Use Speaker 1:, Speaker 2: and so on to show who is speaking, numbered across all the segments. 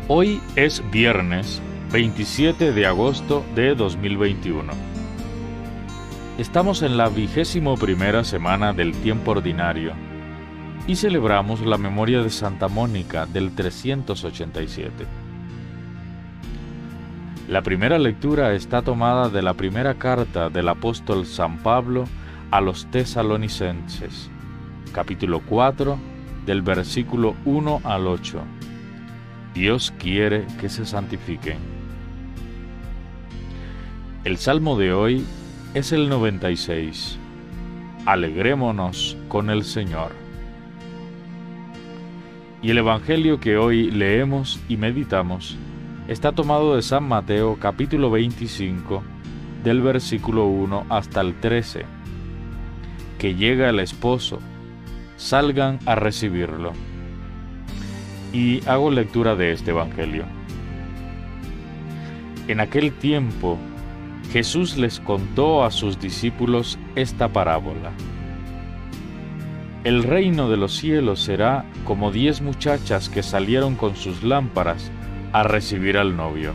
Speaker 1: Hoy es viernes 27 de agosto de 2021. Estamos en la 21ª semana del tiempo ordinario y celebramos la memoria de Santa Mónica del 387. La primera lectura está tomada de la primera carta del apóstol San Pablo a los Tesalonicenses, capítulo 4, del versículo 1 al 8. Dios quiere que se santifiquen. El salmo de hoy es el 96. Alegrémonos con el Señor. Y el evangelio que hoy leemos y meditamos está tomado de San Mateo capítulo 25, del versículo 1 hasta el 13. Que llega el esposo, salgan a recibirlo. Y hago lectura de este evangelio. En aquel tiempo, Jesús les contó a sus discípulos esta parábola. El reino de los cielos será como 10 muchachas que salieron con sus lámparas a recibir al novio.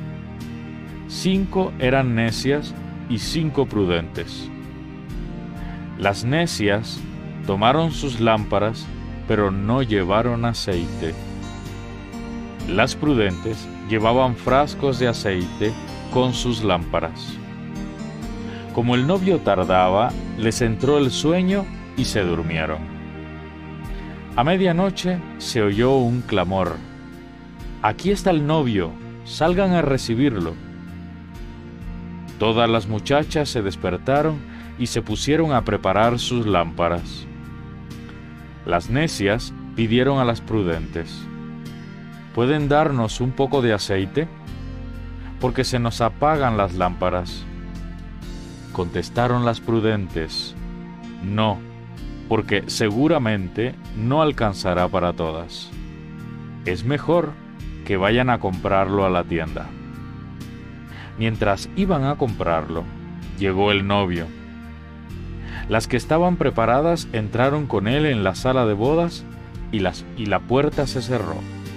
Speaker 1: 5 eran necias y 5 prudentes. Las necias tomaron sus lámparas, pero no llevaron aceite. Las prudentes llevaban frascos de aceite con sus lámparas. Como el novio tardaba, les entró el sueño y se durmieron. A medianoche se oyó un clamor: «Aquí está el novio, salgan a recibirlo». Todas las muchachas se despertaron y se pusieron a preparar sus lámparas. Las necias pidieron a las prudentes: «¿Pueden darnos un poco de aceite? Porque se nos apagan las lámparas». Contestaron las prudentes: «No, porque seguramente no alcanzará para todas. Es mejor que vayan a comprarlo a la tienda». Mientras iban a comprarlo, llegó el novio. Las que estaban preparadas entraron con él en la sala de bodas y la puerta se cerró.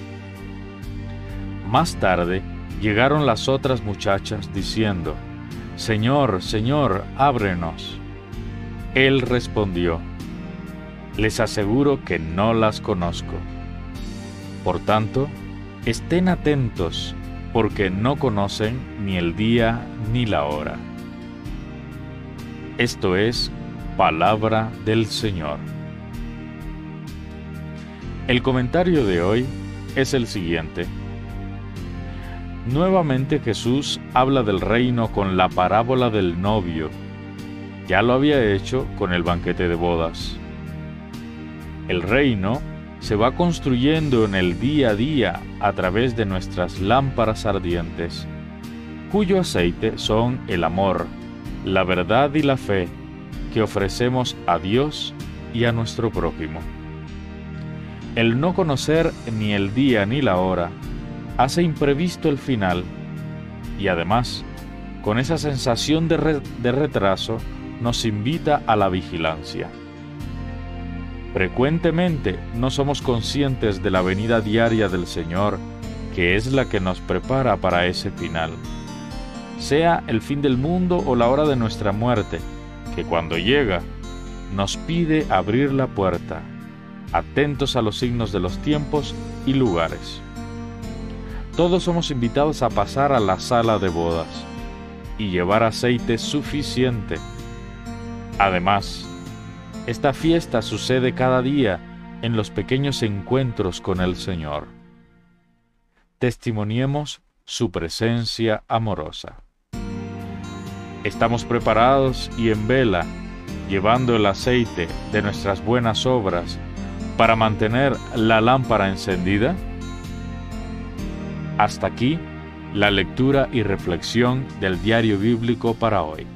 Speaker 1: Más tarde llegaron las otras muchachas diciendo: «Señor, Señor, ábrenos». Él respondió: «Les aseguro que no las conozco. Por tanto, estén atentos, porque no conocen ni el día ni la hora». Esto es palabra del Señor. El comentario de hoy es el siguiente. Nuevamente Jesús habla del reino con la parábola del novio. Ya lo había hecho con el banquete de bodas. El reino se va construyendo en el día a día a través de nuestras lámparas ardientes, cuyo aceite son el amor, la verdad y la fe que ofrecemos a Dios y a nuestro prójimo. El no conocer ni el día ni la hora hace imprevisto el final y además, con esa sensación de retraso, nos invita a la vigilancia. Frecuentemente no somos conscientes de la venida diaria del Señor, que es la que nos prepara para ese final. Sea el fin del mundo o la hora de nuestra muerte, que cuando llega, nos pide abrir la puerta, atentos a los signos de los tiempos y lugares. Todos somos invitados a pasar a la sala de bodas y llevar aceite suficiente. Además, esta fiesta sucede cada día en los pequeños encuentros con el Señor. Testimoniemos su presencia amorosa. Estamos preparados y en vela, llevando el aceite de nuestras buenas obras para mantener la lámpara encendida. Hasta aquí la lectura y reflexión del diario bíblico para hoy.